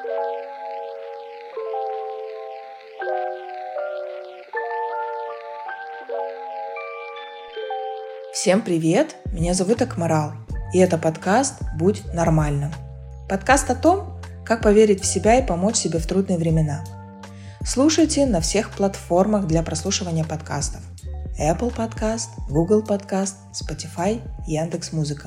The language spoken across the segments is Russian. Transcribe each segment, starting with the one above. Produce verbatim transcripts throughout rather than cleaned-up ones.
Всем привет! Меня зовут Акмарал, и это подкаст «Будь нормальным». Подкаст о том, как поверить в себя и помочь себе в трудные времена. Слушайте на всех платформах для прослушивания подкастов: Apple Podcast, Google Podcast, Spotify, Яндекс.Музыка.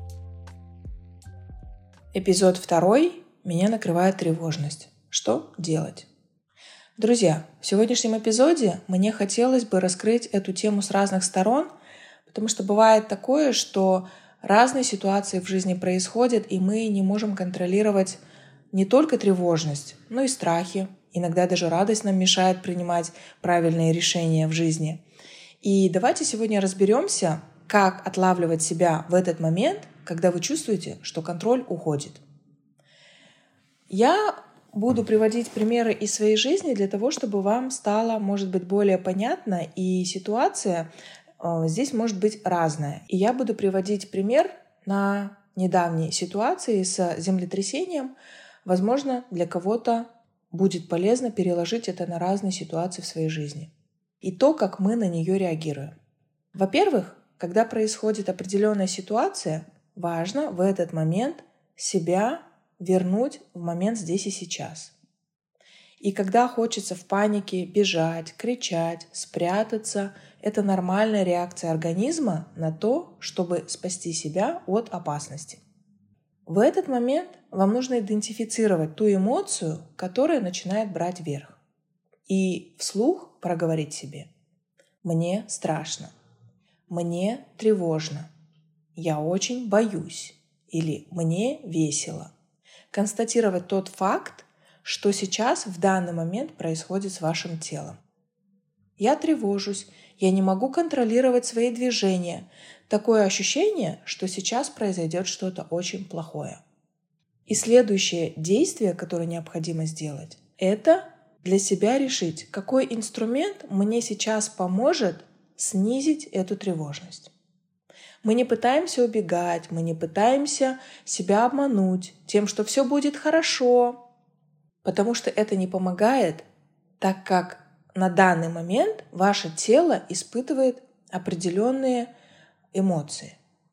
Эпизод второй. Меня накрывает тревожность. Что делать? Друзья, в сегодняшнем эпизоде мне хотелось бы раскрыть эту тему с разных сторон, потому что бывает такое, что разные ситуации в жизни происходят, и мы не можем контролировать не только тревожность, но и страхи. Иногда даже радость нам мешает принимать правильные решения в жизни. И давайте сегодня разберемся, как отлавливать себя в этот момент, когда вы чувствуете, что контроль уходит. Я буду приводить примеры из своей жизни для того, чтобы вам стало, может быть, более понятно, и ситуация здесь может быть разная. И я буду приводить пример на недавней ситуации с землетрясением. Возможно, для кого-то будет полезно переложить это на разные ситуации в своей жизни. И то, как мы на нее реагируем. Во-первых, когда происходит определенная ситуация, важно в этот момент себя вернуть в момент здесь и сейчас. И когда хочется в панике бежать, кричать, спрятаться, это нормальная реакция организма на то, чтобы спасти себя от опасности. В этот момент вам нужно идентифицировать ту эмоцию, которая начинает брать верх. И вслух проговорить себе: «Мне страшно», «Мне тревожно», «Я очень боюсь» или «Мне весело». Констатировать тот факт, что сейчас в данный момент происходит с вашим телом. Я тревожусь, я не могу контролировать свои движения. Такое ощущение, что сейчас произойдет что-то очень плохое. И следующее действие, которое необходимо сделать, это для себя решить, какой инструмент мне сейчас поможет снизить эту тревожность. Мы не пытаемся убегать, мы не пытаемся себя обмануть тем, что все будет хорошо, потому что это не помогает, так как на данный момент ваше тело испытывает определенные эмоции.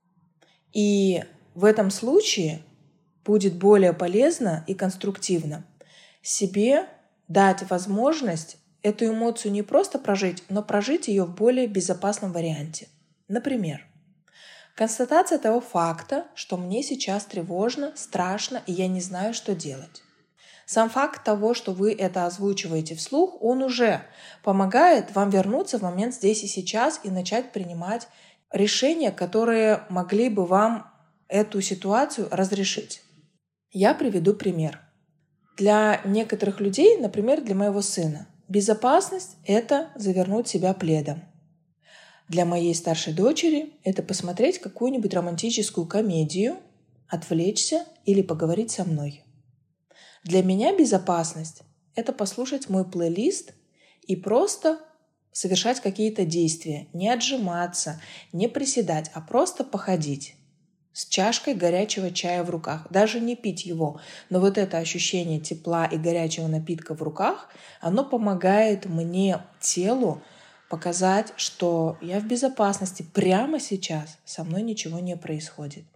И в этом случае будет более полезно и конструктивно себе дать возможность эту эмоцию не просто прожить, но прожить ее в более безопасном варианте. Например, констатация того факта, что мне сейчас тревожно, страшно, и я не знаю, что делать. Сам факт того, что вы это озвучиваете вслух, он уже помогает вам вернуться в момент здесь и сейчас и начать принимать решения, которые могли бы вам эту ситуацию разрешить. Я приведу пример. Для некоторых людей, например, для моего сына, безопасность — это завернуть себя пледом. Для моей старшей дочери это посмотреть какую-нибудь романтическую комедию, отвлечься или поговорить со мной. Для меня безопасность — это послушать мой плейлист и просто совершать какие-то действия, не отжиматься, не приседать, а просто походить с чашкой горячего чая в руках. Даже не пить его, но вот это ощущение тепла и горячего напитка в руках, оно помогает мне, телу, показать, что я в безопасности прямо сейчас, со мной ничего не происходит.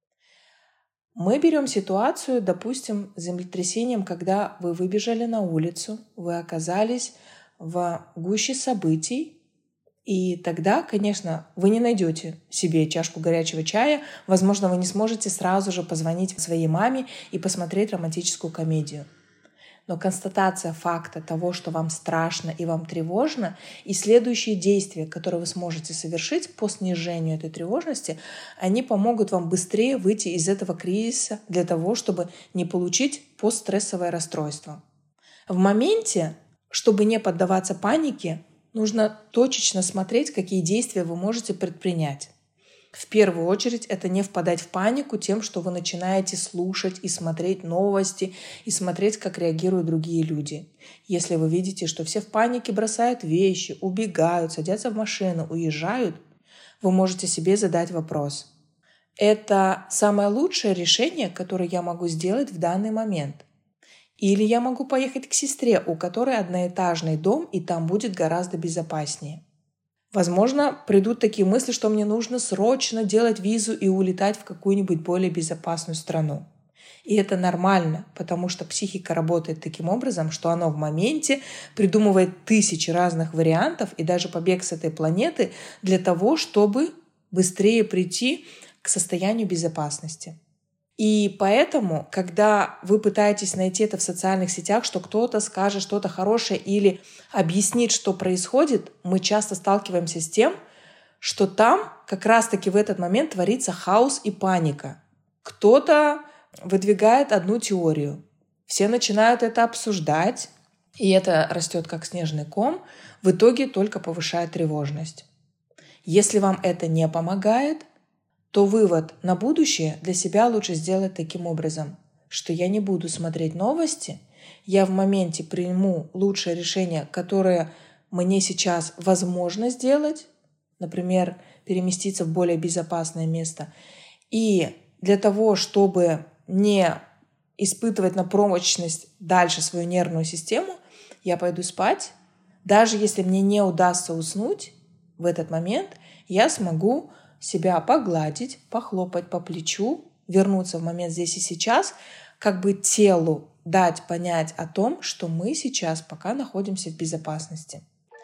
Мы берем ситуацию, допустим, с землетрясением, когда вы выбежали на улицу, вы оказались в гуще событий, и тогда, конечно, вы не найдете себе чашку горячего чая, возможно, вы не сможете сразу же позвонить своей маме и посмотреть романтическую комедию. Но констатация факта того, что вам страшно и вам тревожно, и следующие действия, которые вы сможете совершить по снижению этой тревожности, они помогут вам быстрее выйти из этого кризиса для того, чтобы не получить постстрессовое расстройство. В моменте, чтобы не поддаваться панике, нужно точечно смотреть, какие действия вы можете предпринять. В первую очередь это не впадать в панику тем, что вы начинаете слушать и смотреть новости, и смотреть, как реагируют другие люди. Если вы видите, что все в панике бросают вещи, убегают, садятся в машину, уезжают, вы можете себе задать вопрос: это самое лучшее решение, которое я могу сделать в данный момент? Или я могу поехать к сестре, у которой одноэтажный дом, и там будет гораздо безопаснее. Возможно, придут такие мысли, что мне нужно срочно делать визу и улетать в какую-нибудь более безопасную страну. И это нормально, потому что психика работает таким образом, что она в моменте придумывает тысячи разных вариантов и даже побег с этой планеты для того, чтобы быстрее прийти к состоянию безопасности. И поэтому, когда вы пытаетесь найти это в социальных сетях, что кто-то скажет что-то хорошее или объяснит, что происходит, мы часто сталкиваемся с тем, что там как раз-таки в этот момент творится хаос и паника. Кто-то выдвигает одну теорию, все начинают это обсуждать, и это растет как снежный ком, в итоге только повышает тревожность. Если вам это не помогает, то вывод на будущее для себя лучше сделать таким образом, что я не буду смотреть новости, я в моменте приму лучшее решение, которое мне сейчас возможно сделать, например, переместиться в более безопасное место. И для того, чтобы не испытывать на прочность дальше свою нервную систему, я пойду спать. Даже если мне не удастся уснуть в этот момент, я смогу себя погладить, похлопать по плечу, вернуться в момент здесь и сейчас, как бы телу дать понять о том, что мы сейчас пока находимся в безопасности.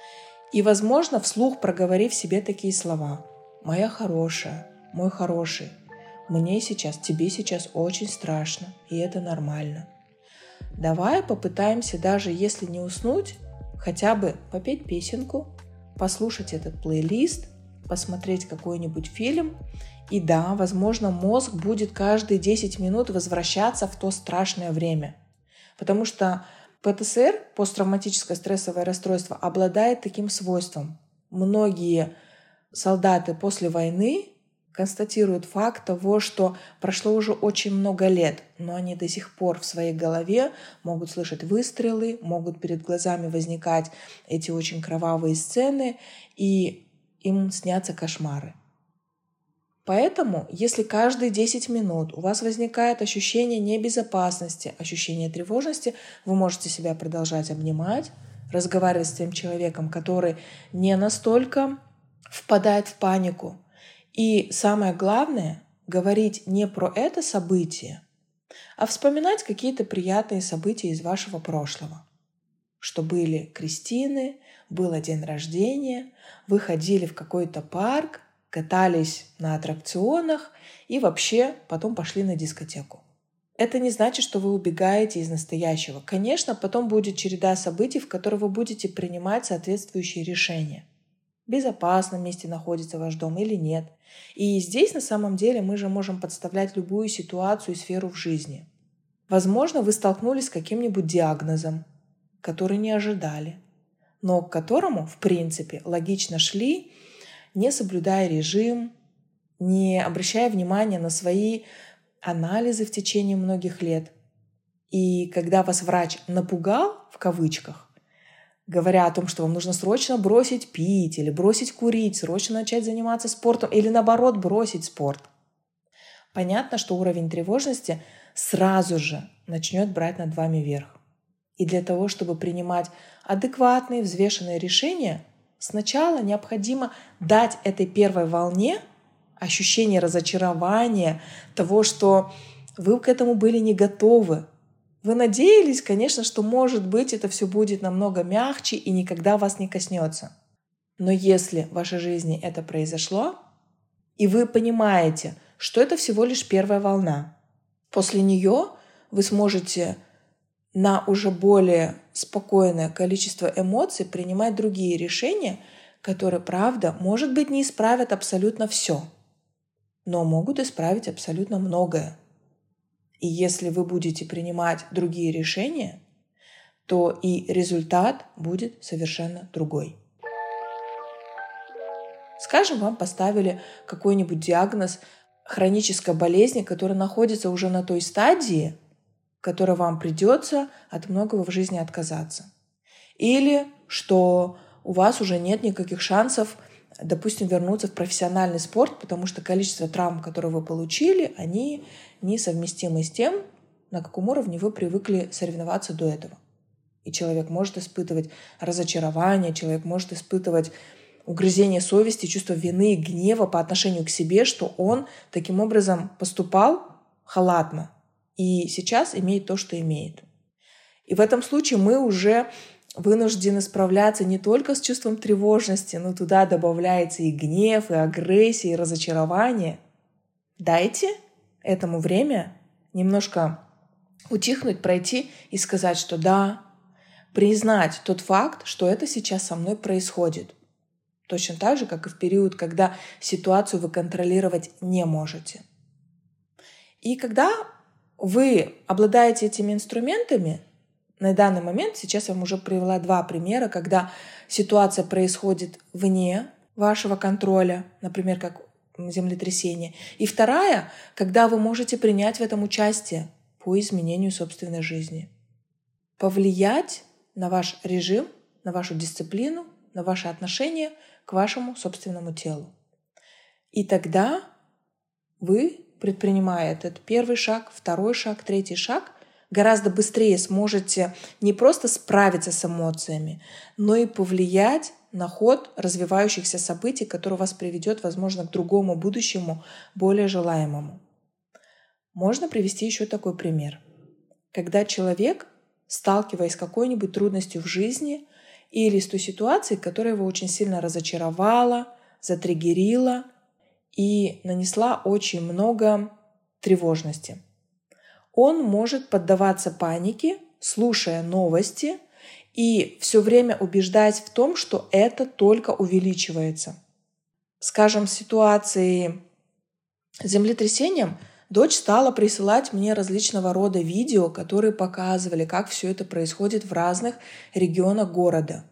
И, возможно, вслух проговорив себе такие слова: «Моя хорошая, мой хороший, мне сейчас, тебе сейчас очень страшно, и это нормально. Давай попытаемся, даже если не уснуть, хотя бы попеть песенку, послушать этот плейлист, посмотреть какой-нибудь фильм. И да, возможно, мозг будет каждые десять минут возвращаться в то страшное время. Потому что ПТСР, посттравматическое стрессовое расстройство, обладает таким свойством. Многие солдаты после войны констатируют факт того, что прошло уже очень много лет, но они до сих пор в своей голове могут слышать выстрелы, могут перед глазами возникать эти очень кровавые сцены, и им снятся кошмары. Поэтому, если каждые десять минут у вас возникает ощущение небезопасности, ощущение тревожности, вы можете себя продолжать обнимать, разговаривать с тем человеком, который не настолько впадает в панику. И самое главное, говорить не про это событие, а вспоминать какие-то приятные события из вашего прошлого. Что были крестины, был день рождения, вы ходили в какой-то парк, катались на аттракционах и вообще потом пошли на дискотеку. Это не значит, что вы убегаете из настоящего. Конечно, потом будет череда событий, в которых вы будете принимать соответствующие решения. В безопасном месте находится ваш дом или нет. И здесь на самом деле мы же можем подставлять любую ситуацию и сферу в жизни. Возможно, вы столкнулись с каким-нибудь диагнозом, который не ожидали, но к которому, в принципе, логично шли, не соблюдая режим, не обращая внимания на свои анализы в течение многих лет. И когда вас врач напугал, в кавычках, говоря о том, что вам нужно срочно бросить пить или бросить курить, срочно начать заниматься спортом или, наоборот, бросить спорт, понятно, что уровень тревожности сразу же начнет брать над вами верх. И для того, чтобы принимать адекватные, взвешенные решения, сначала необходимо дать этой первой волне ощущение разочарования, того, что вы к этому были не готовы. Вы надеялись, конечно, что, может быть, это все будет намного мягче и никогда вас не коснется. Но если в вашей жизни это произошло, и вы понимаете, что это всего лишь первая волна, после нее вы сможете на уже более спокойное количество эмоций принимать другие решения, которые, правда, может быть, не исправят абсолютно все, но могут исправить абсолютно многое. И если вы будете принимать другие решения, то и результат будет совершенно другой. Скажем, вам поставили какой-нибудь диагноз хронической болезни, которая находится уже на той стадии, в которой вам придется от многого в жизни отказаться. Или что у вас уже нет никаких шансов, допустим, вернуться в профессиональный спорт, потому что количество травм, которые вы получили, они несовместимы с тем, на каком уровне вы привыкли соревноваться до этого. И человек может испытывать разочарование, человек может испытывать угрызение совести, чувство вины, гнева по отношению к себе, что он таким образом поступал халатно и сейчас имеет то, что имеет. И в этом случае мы уже вынуждены справляться не только с чувством тревожности, но туда добавляется и гнев, и агрессия, и разочарование. Дайте этому время немножко утихнуть, пройти и сказать, что да, признать тот факт, что это сейчас со мной происходит. Точно так же, как и в период, когда ситуацию вы контролировать не можете. И когда вы обладаете этими инструментами, на данный момент, сейчас я вам уже привела два примера, когда ситуация происходит вне вашего контроля, например, как землетрясение. И вторая, когда вы можете принять в этом участие по изменению собственной жизни. Повлиять на ваш режим, на вашу дисциплину, на ваше отношение к вашему собственному телу. И тогда вы, предпринимая этот первый шаг, второй шаг, третий шаг, гораздо быстрее сможете не просто справиться с эмоциями, но и повлиять на ход развивающихся событий, который вас приведет, возможно, к другому будущему, более желаемому. Можно привести еще такой пример. Когда человек, сталкиваясь с какой-нибудь трудностью в жизни или с той ситуацией, которая его очень сильно разочаровала, затриггерила и нанесла очень много тревожности, он может поддаваться панике, слушая новости и все время убеждаясь в том, что это только увеличивается. Скажем, в ситуации с землетрясением дочь стала присылать мне различного рода видео, которые показывали, как все это происходит в разных регионах города.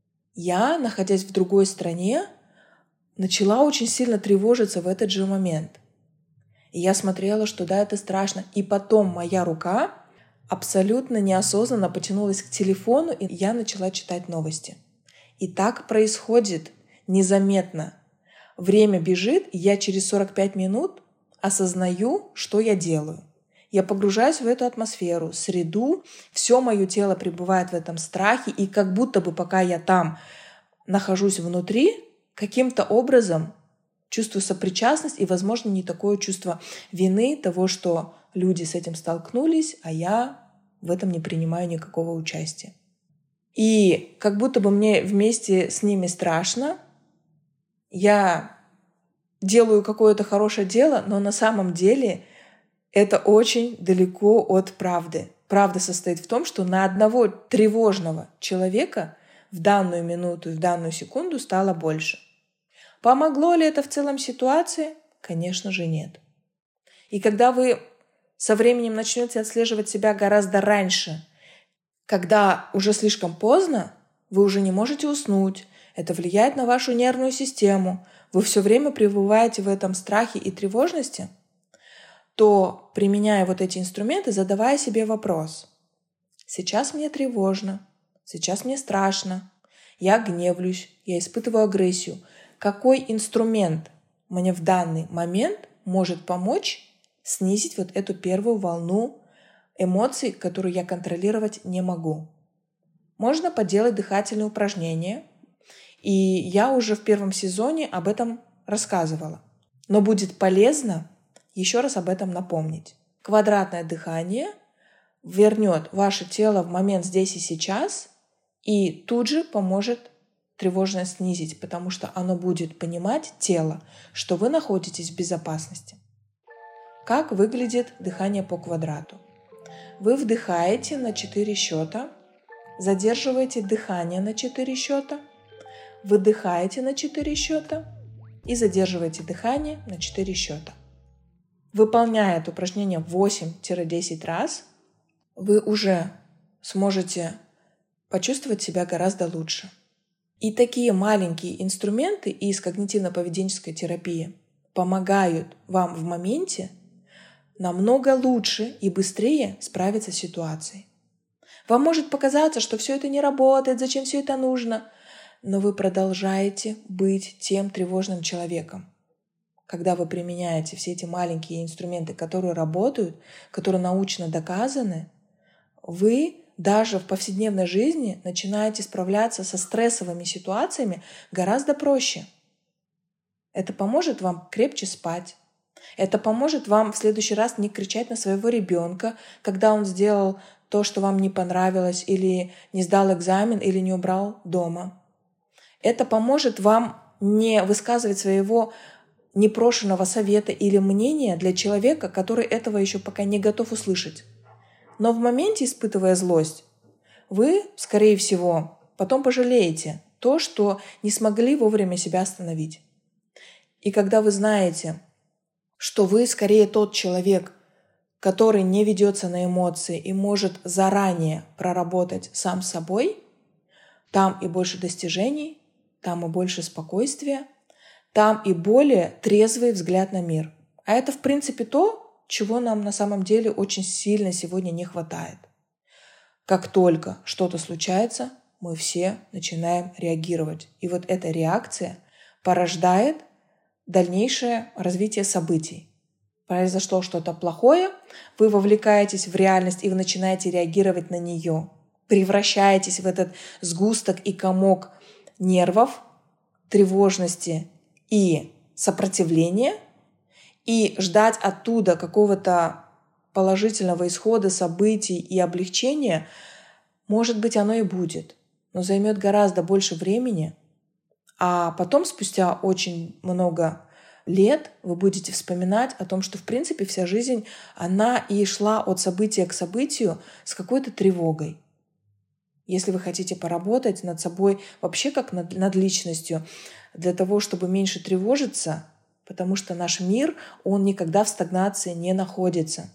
Я, находясь в другой стране, начала очень сильно тревожиться в этот же момент. И я смотрела, что да, это страшно. И потом моя рука абсолютно неосознанно потянулась к телефону, и я начала читать новости. И так происходит незаметно. Время бежит, и я через сорок пять минут осознаю, что я делаю. Я погружаюсь в эту атмосферу, среду, все мое тело пребывает в этом страхе, и как будто бы пока я там нахожусь внутри, каким-то образом чувствую сопричастность и, возможно, не такое чувство вины того, что люди с этим столкнулись, а я в этом не принимаю никакого участия. И как будто бы мне вместе с ними страшно, я делаю какое-то хорошее дело, но на самом деле это очень далеко от правды. Правда состоит в том, что на одного тревожного человека в данную минуту и в данную секунду стало больше. Помогло ли это в целом ситуации? Конечно же нет. И когда вы со временем начнете отслеживать себя гораздо раньше, когда уже слишком поздно, вы уже не можете уснуть, это влияет на вашу нервную систему, вы все время пребываете в этом страхе и тревожности, то, применяя вот эти инструменты, задавая себе вопрос: сейчас мне тревожно, сейчас мне страшно, я гневлюсь, я испытываю агрессию. Какой инструмент мне в данный момент может помочь снизить вот эту первую волну эмоций, которую я контролировать не могу? Можно поделать дыхательные упражнения, и я уже в первом сезоне об этом рассказывала. Но будет полезно еще раз об этом напомнить. Квадратное дыхание вернет ваше тело в момент здесь и сейчас и тут же поможет тревожность снизить, потому что оно будет понимать, тело, что вы находитесь в безопасности. Как выглядит дыхание по квадрату? Вы вдыхаете на четыре счета, задерживаете дыхание на четыре счета, выдыхаете на четыре счета и задерживаете дыхание на четыре счета. Выполняя это упражнение восемь-десять раз, вы уже сможете почувствовать себя гораздо лучше. И такие маленькие инструменты из когнитивно-поведенческой терапии помогают вам в моменте намного лучше и быстрее справиться с ситуацией. Вам может показаться, что все это не работает, зачем все это нужно, но вы продолжаете быть тем тревожным человеком, когда вы применяете все эти маленькие инструменты, которые работают, которые научно доказаны, вы даже в повседневной жизни начинаете справляться со стрессовыми ситуациями гораздо проще. Это поможет вам крепче спать. Это поможет вам в следующий раз не кричать на своего ребенка, когда он сделал то, что вам не понравилось, или не сдал экзамен, или не убрал дома. Это поможет вам не высказывать своего непрошенного совета или мнения для человека, который этого еще пока не готов услышать. Но в моменте, испытывая злость, вы, скорее всего, потом пожалеете то, что не смогли вовремя себя остановить. И когда вы знаете, что вы скорее тот человек, который не ведется на эмоции и может заранее проработать сам с собой, там и больше достижений, там и больше спокойствия, там и более трезвый взгляд на мир. А это, в принципе, то, чего нам на самом деле очень сильно сегодня не хватает. Как только что-то случается, мы все начинаем реагировать. И вот эта реакция порождает дальнейшее развитие событий. Произошло что-то плохое, вы вовлекаетесь в реальность и вы начинаете реагировать на нее. Превращаетесь в этот сгусток и комок нервов, тревожности и сопротивления, и ждать оттуда какого-то положительного исхода событий и облегчения, может быть, оно и будет, но займет гораздо больше времени, а потом, спустя очень много лет, вы будете вспоминать о том, что, в принципе, вся жизнь, она и шла от события к событию с какой-то тревогой. Если вы хотите поработать над собой вообще как над, над личностью, для того, чтобы меньше тревожиться, потому что наш мир, он никогда в стагнации не находится.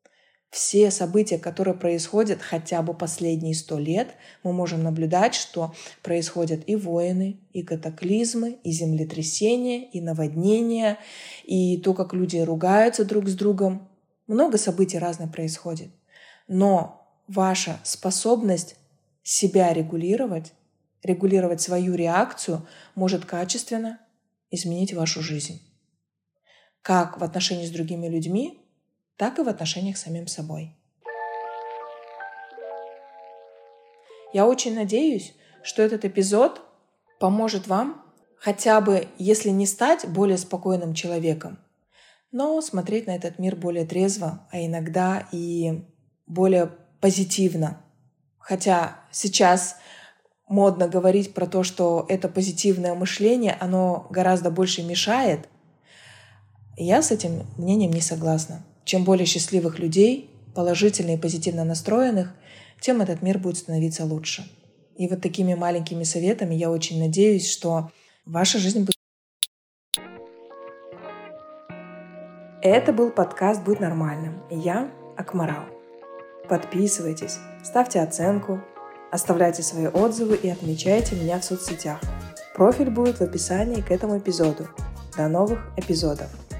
Все события, которые происходят хотя бы последние сто лет, мы можем наблюдать, что происходят и войны, и катаклизмы, и землетрясения, и наводнения, и то, как люди ругаются друг с другом. Много событий разных происходит. Но ваша способность себя регулировать, регулировать свою реакцию, может качественно изменить вашу жизнь. Как в отношении с другими людьми, так и в отношениях с самим собой. Я очень надеюсь, что этот эпизод поможет вам хотя бы, если не стать более спокойным человеком, но смотреть на этот мир более трезво, а иногда и более позитивно. Хотя сейчас модно говорить про то, что это позитивное мышление, оно гораздо больше мешает. Я с этим мнением не согласна. Чем более счастливых людей, положительно и позитивно настроенных, тем этот мир будет становиться лучше. И вот такими маленькими советами я очень надеюсь, что ваша жизнь будет... Это был подкаст «Будь нормальным». И я Акмарал. Подписывайтесь, ставьте оценку, оставляйте свои отзывы и отмечайте меня в соцсетях. Профиль будет в описании к этому эпизоду. До новых эпизодов!